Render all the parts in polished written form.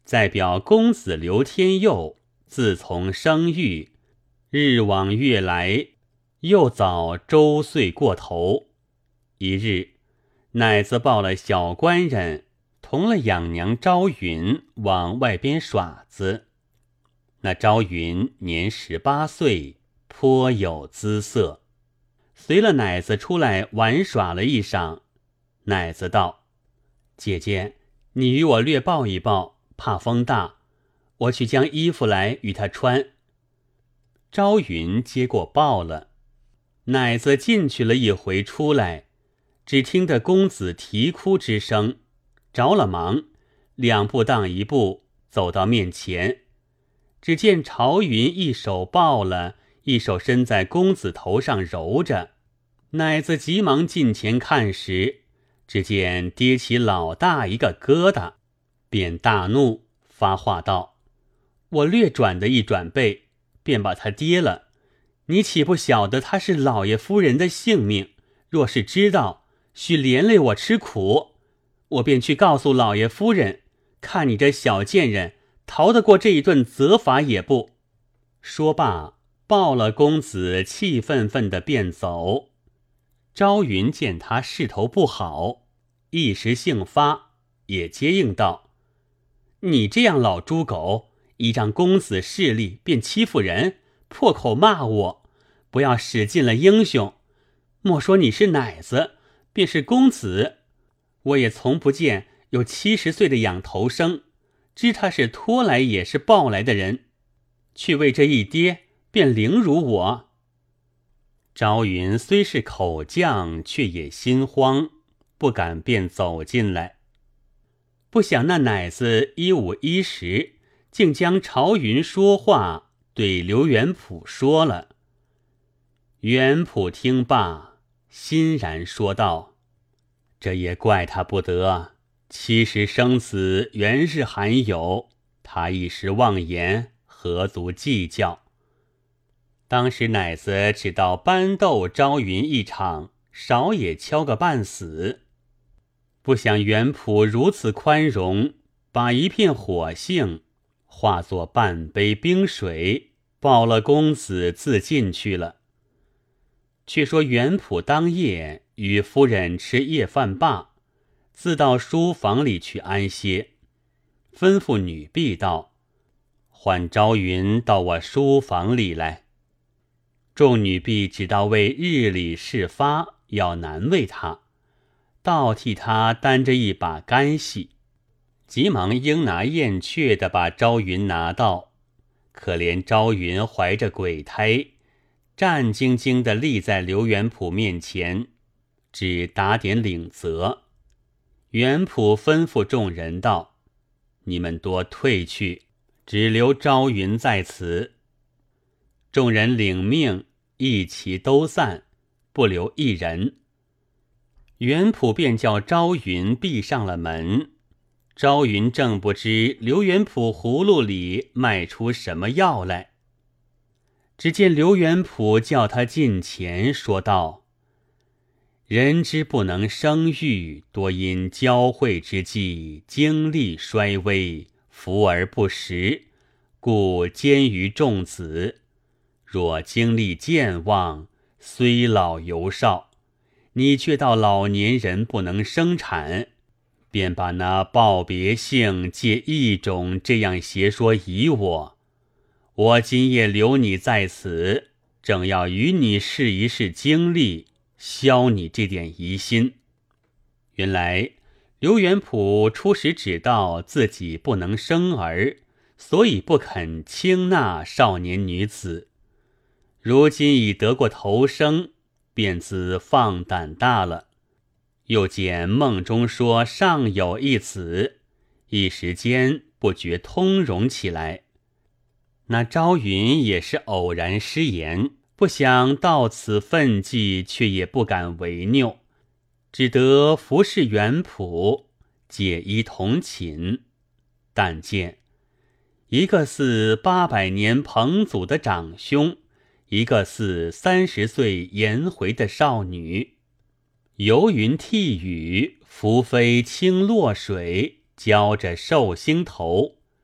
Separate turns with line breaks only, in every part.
再表公子刘天佑自从生育，日往月来，又早周岁过头。一日，奶子抱了小官人，同了养娘朝云往外边耍子。那朝云年18岁，颇有姿色，随了奶子出来玩耍了一晌。奶子道：姐姐，你与我略抱一抱，怕风大，我去将衣服来与他穿。朝云接过抱了，奶子进去了一回出来，只听得公子啼哭之声，着了忙，2步当1步走到面前，只见朝云一手抱了，一手伸在公子头上揉着。奶子急忙近前看时，只见跌起老大一个疙瘩，便大怒，发话道：我略转的一转背，便把他跌了。你岂不晓得他是老爷夫人的性命？若是知道，须连累我吃苦。我便去告诉老爷夫人，看你这小贱人逃得过这一顿责罚也不。说罢，抱了公子，气愤愤地便走。朝云见他势头不好，一时兴发，也接应道：你这样老猪狗，依仗公子势力便欺负人，破口骂我，不要使尽了英雄。莫说你是奶子，便是公子，我也从不见有70岁的养头生，知他是托来也是抱来的人，去为这一爹便凌辱我。朝云虽是口犟，却也心慌，不敢便走进来。不想那奶子1:5、1时，竟将朝云说话对刘元溥说了。元溥听罢，欣然说道：这也怪他不得，70生子原是罕有，他一时妄言，何足计较。当时奶子只道搬斗朝云一场，少也敲个半死。不想元溥如此宽容，把一片火性化作半杯冰水，抱了公子自进去了。却说元溥当夜与夫人吃夜饭罢，自到书房里去安歇，吩咐女婢道：唤朝云到我书房里来。众女婢只道为日里事发，要难为他，倒替他担着一把干系，急忙应拿燕雀的把朝云拿到。可怜朝云怀着鬼胎，战兢兢地立在刘元溥面前，只打点领责。元溥吩咐众人道：你们多退去，只留朝云在此。众人领命，一齐都散，不留一人。元溥便叫朝云闭上了门。朝云正不知刘元溥葫芦里卖出什么药来，只见刘元溥叫他近前，说道：人之不能生育，多因交会之际精力衰微，福而不实，故奸于众子。若精力健忘，虽老犹少，你却到老年人不能生产，便把那抱别性借一种这样邪说疑我。我今夜留你在此，正要与你试一试精力，消你这点疑心。原来刘元溥初时只道自己不能生儿，所以不肯轻纳少年女子。如今已得过头生，便自放胆大了。又见梦中说尚有一子，一时间不觉通融起来。那朝云也是偶然失言，不想到此分际，却也不敢违拗，只得服侍元溥，解衣同寝。但见一个似800年彭祖的长兄，一个似30岁颜回的少女，游云替雨，浮飞清落水，浇着寿星头，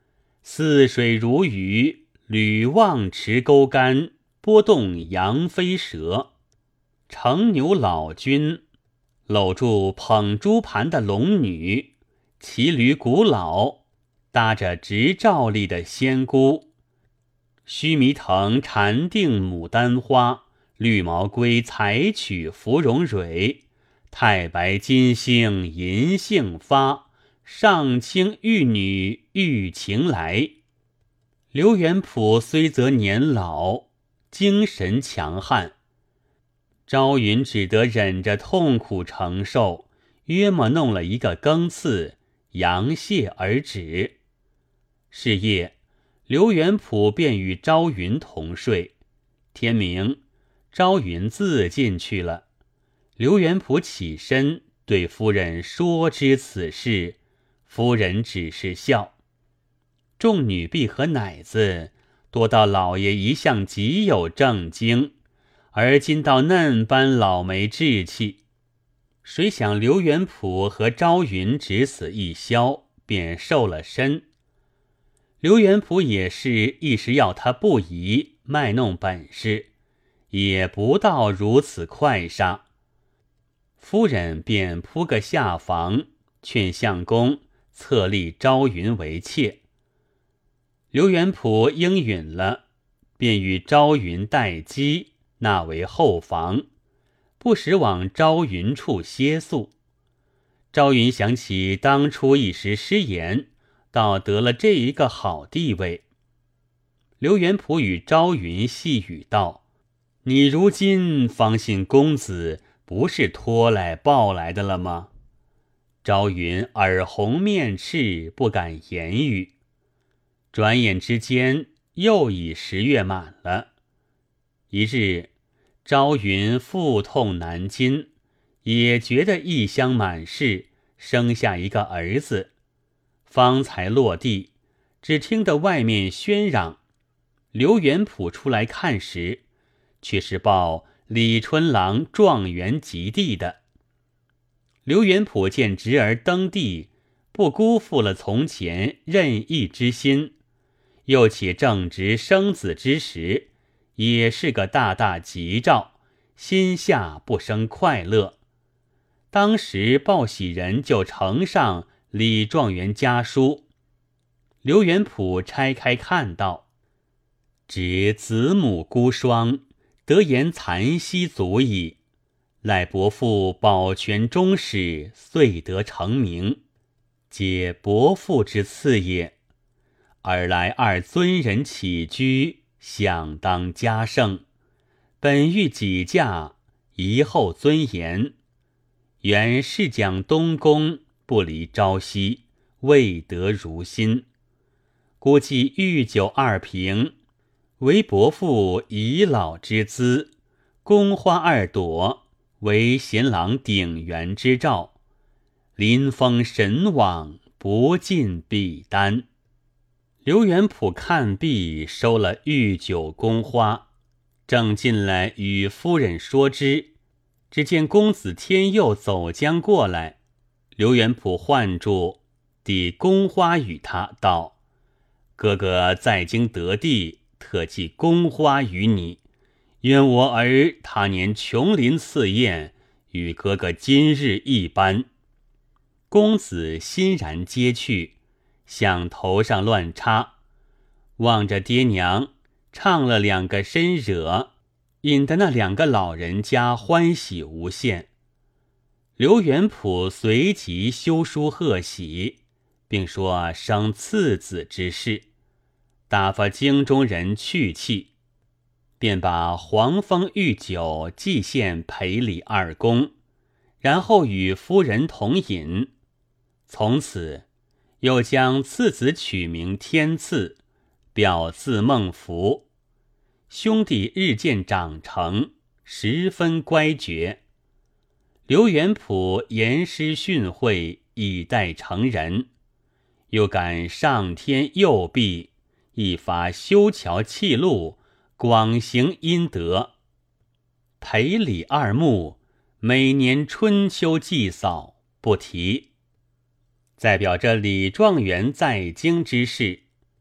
泗水如鱼，吕望池钩竿，波动扬飞蛇。乘牛老君搂住捧珠盘的龙女，骑驴古老搭着执照例的仙姑。须弥藤缠定牡丹花，绿毛龟采取芙蓉蕊。太白金星银杏发，上清玉女玉情来。刘元溥虽则年老，精神强悍，朝云只得忍着痛苦承受，约莫弄了一个更次，阳谢而止。是夜，刘元溥便与朝云同睡。天明，朝云自进去了。刘元溥起身对夫人说知此事，夫人只是笑。众女婢和奶子多到老爷一向极有正经，而今到嫩般老没志气。谁想刘元溥和朝云只此一宵，便瘦了身。刘元溥也是一时要他不宜卖弄本事，也不到如此快杀。夫人便铺个下房，劝相公册立朝云为妾。刘元溥应允了，便与朝云待机，纳为后房，不时往朝云处歇宿。朝云想起当初一时失言，倒得了这一个好地位。刘元溥与朝云细语道：“你如今方信公子不是托来抱来的了吗？”朝云耳红面赤，不敢言语。转眼之间又已10月满了。一日，朝云腹痛难禁，也觉得异香满室，生下一个儿子。方才落地，只听得外面喧嚷。刘元溥出来看时，却是报李春郎状元及第的。刘元溥见侄儿登第，不辜负了从前任意之心，又且正值生子之时，也是个大大吉兆，心下不生快乐。当时报喜人就呈上李状元家书。刘元溥拆开看道：“指子母孤孀，得言残息足矣。赖伯父保全终始，遂得成名，皆伯父之赐也。尔来二尊人起居，想当嘉盛。本欲己嫁，宜后尊严。原是讲东宫，不离朝夕，未得如心。估计御酒2瓶，为伯父已老之资，宫花2朵，为贤郎鼎元之兆。临风神往，不尽必单。”刘元溥看毕，收了御酒宫花，正进来与夫人说之，只见公子天佑走将过来。刘元溥唤住，递宫花与他道：“哥哥在京得地，特寄宫花与你，愿我儿他年琼林赐宴，与哥哥今日一般。”公子欣然接去，向头上乱插，望着爹娘唱了2个深惹，引得那2个老人家欢喜无限。刘元溥随即修书贺喜，并说生次子之事，打发京中人去气，便把黄蜂御酒祭献裴李2公，然后与夫人同饮。从此又将次子取名天赐，表字孟福。兄弟日渐长成，十分乖觉。刘元溥言师训诲，以待成人，又感上天佑庇，一发修桥砌路，广行阴德。裴李2墓每年春秋祭扫，不提。再表这李状元在京之事，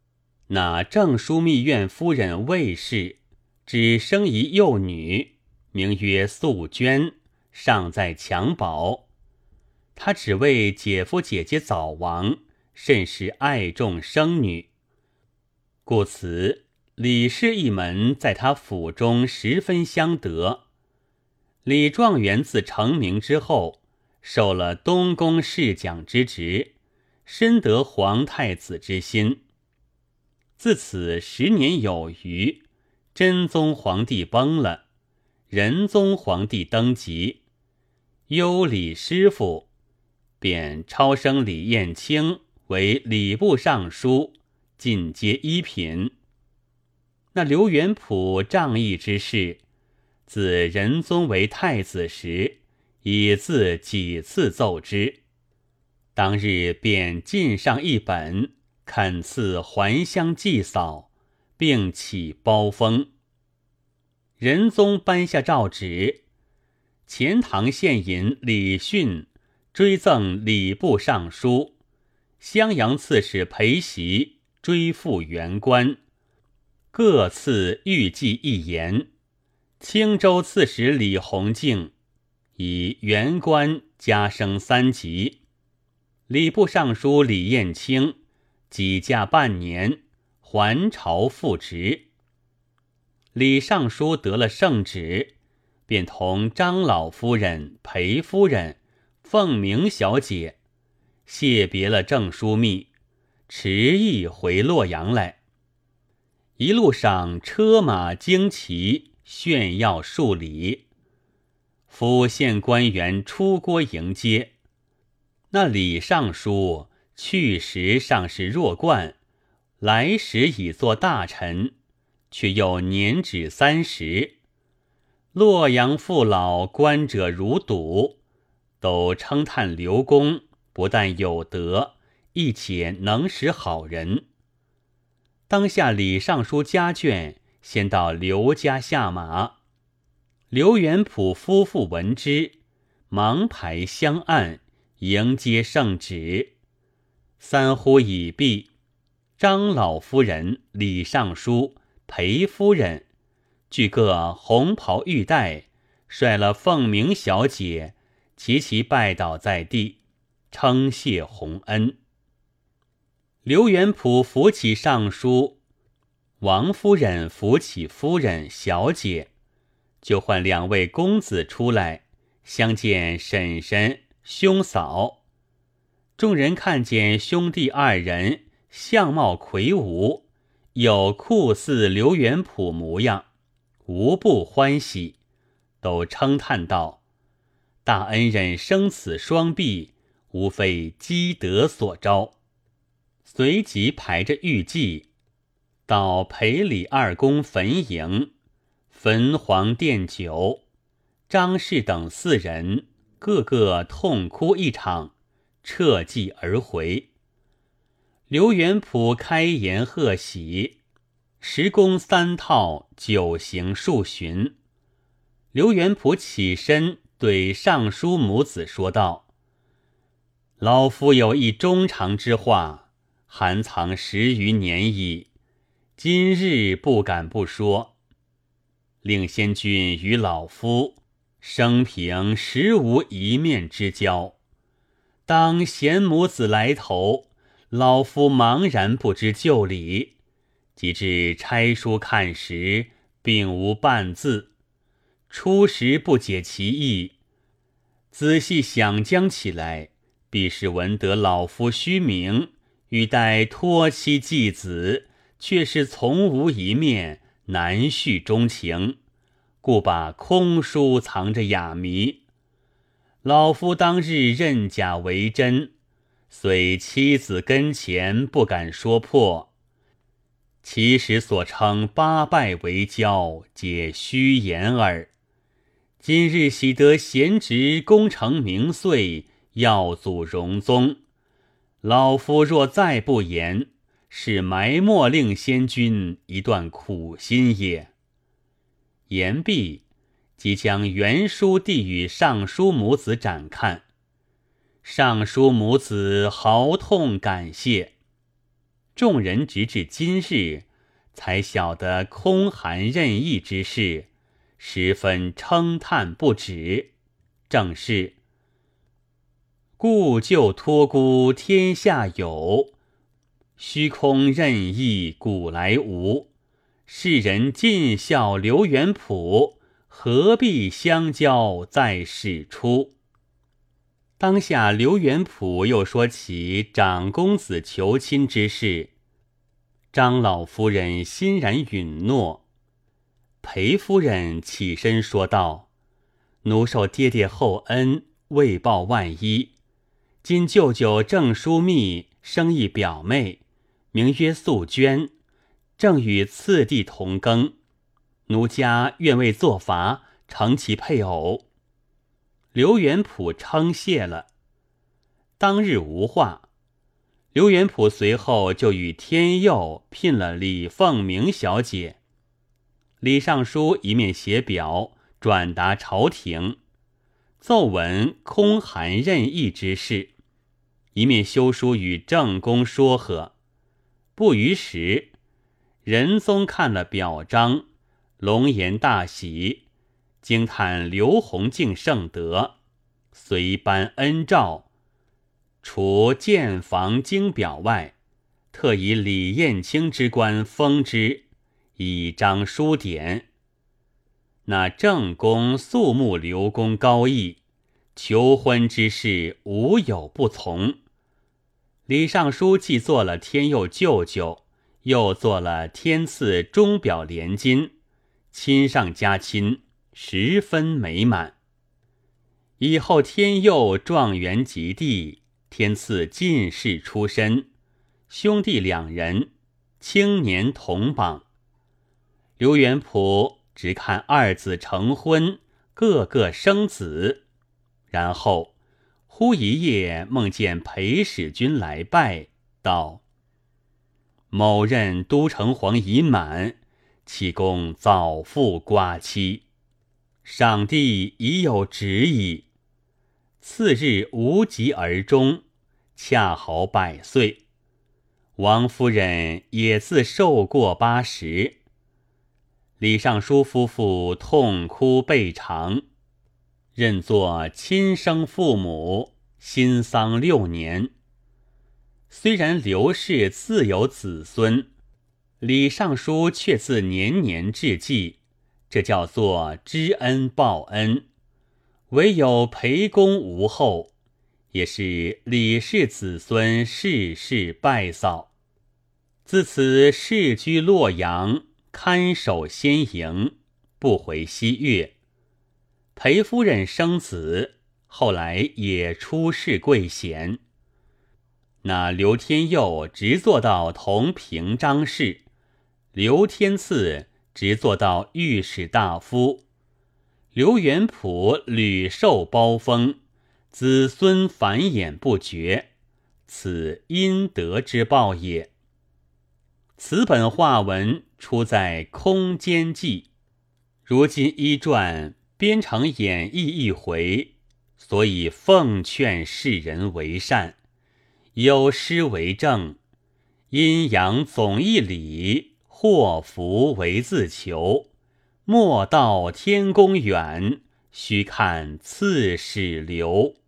那正枢密院夫人魏氏只生一幼女，名曰素娟，尚在襁褓。她只为姐夫姐姐早亡，甚是爱重生女，故此李氏一门在他府中十分相得。李状元自成名之后，受了东宫侍讲之职，深得皇太子之心。自此10年有余，真宗皇帝崩了，仁宗皇帝登基，优李师傅，便超升李彦卿为礼部尚书，进阶一品。那刘元溥仗义之事，自仁宗为太子时，已自几次奏之。当日便进上一本，恳赐还乡祭扫，并起褒封。仁宗颁下诏旨，钱塘县尹李训追赠礼部尚书，襄阳刺史裴袭追复原官，各赐御记1言。青州刺史李弘敬以原官加升3级。礼部尚书李彦卿给假半年，还朝复职。李尚书得了圣旨，便同张老夫人、裴夫人、凤鸣小姐谢别了正枢密，迟意回洛阳来。一路上车马旌旗，炫耀数里，府县官员出郭迎接。那李尚书去时尚是弱冠，来时已做大臣，却又年止30。洛阳父老官者如堵，都称叹刘公不但有德，亦且能使好人。当下李尚书家眷先到刘家下马，刘元溥夫妇闻之，忙排相按，迎接圣旨。3呼已毕，张老夫人、李尚书、裴夫人俱各红袍玉带，率了凤鸣小姐齐齐拜倒在地，称谢洪恩。刘元溥扶起尚书，王夫人扶起夫人、小姐，就唤2位公子出来相见婶婶、兄嫂。众人看见兄弟2人相貌魁梧，有酷似刘元溥模样，无不欢喜，都称叹道：大恩人生此双璧，无非积德所招。随即排着御祭，到裴李2公坟茔，焚黄奠酒。张氏等4人个个痛哭一场，撤祭而回。刘元溥开颜贺喜，10宫3套，酒行数巡。刘元溥起身对尚书母子说道：老夫有一衷肠之话，含藏10余年矣，今日不敢不说。令先君与老夫生平实无一面之交，当贤母子来投，老夫茫然不知就里，及至拆书看时，并无半字。初时不解其意，仔细想将起来，必是闻得老夫虚名，欲待托妻继子，却是从无一面，难续衷情，故把空书藏着哑谜。老夫当日认假为真，虽妻子跟前不敢说破，其实所称8拜为交，皆虚言耳。今日喜得贤侄功成名遂，耀祖荣宗，老夫若再不言，是埋没令先君一段苦心也。言毕，即将原书递与尚书母子展看。尚书母子嚎痛感谢。 众人直至今日，才晓得空含任意之事，十分称叹不止。正是故旧托孤天下有，虚空任意古来无。世人尽笑刘元溥，何必相交在史出。当下刘元溥又说起长公子求亲之事，张老夫人欣然允诺。裴夫人起身说道：奴受爹爹厚恩，为报万一。今舅舅郑淑密生一表妹，名曰素娟，正与次第同庚，奴家愿为作法，成其配偶。刘元溥称谢了。当日无话，刘元溥随后就与天佑聘了李凤鸣小姐。李尚书一面写表转达朝廷，奏闻空含任意之事，一面修书与正宫说和。不逾时，仁宗看了表彰，龙颜大喜，惊叹刘弘敬圣德，随颁恩诏，除建房经表外，特以李彦卿之官封之，以彰书典。那正宫肃穆刘公高义，求婚之事无有不从。李尚书既做了天佑舅舅，又做了天赐钟表连金，亲上加亲，十分美满。以后天佑状元及第，天赐进士出身，兄弟两人青年同榜。刘元溥只看二子成婚，个个生子，然后忽一夜梦见裴使君来拜，道：某任都城隍已满，启公早复寡妻，上帝已有旨意。次日无疾而终，恰好100岁。王夫人也自寿过80。李尚书夫妇痛哭备偿，认作亲生父母，心丧6年。虽然刘氏自有子孙，李尚书却自年年致祭，这叫做知恩报恩。唯有裴公无后，也是李氏子孙世世拜扫。自此世居洛阳，看守先营，不回西岳。裴夫人生子，后来也出仕贵贤。那刘天佑直做到同平章事，刘天赐直做到御史大夫，刘元溥屡受褒封，子孙繁衍不绝，此阴德之报也。此本画文出在《空间记》，如今依传编成演义一回，所以奉劝世人为善，有诗为证：阴阳总一理，祸福为自求。莫道天公远，须看刺史留。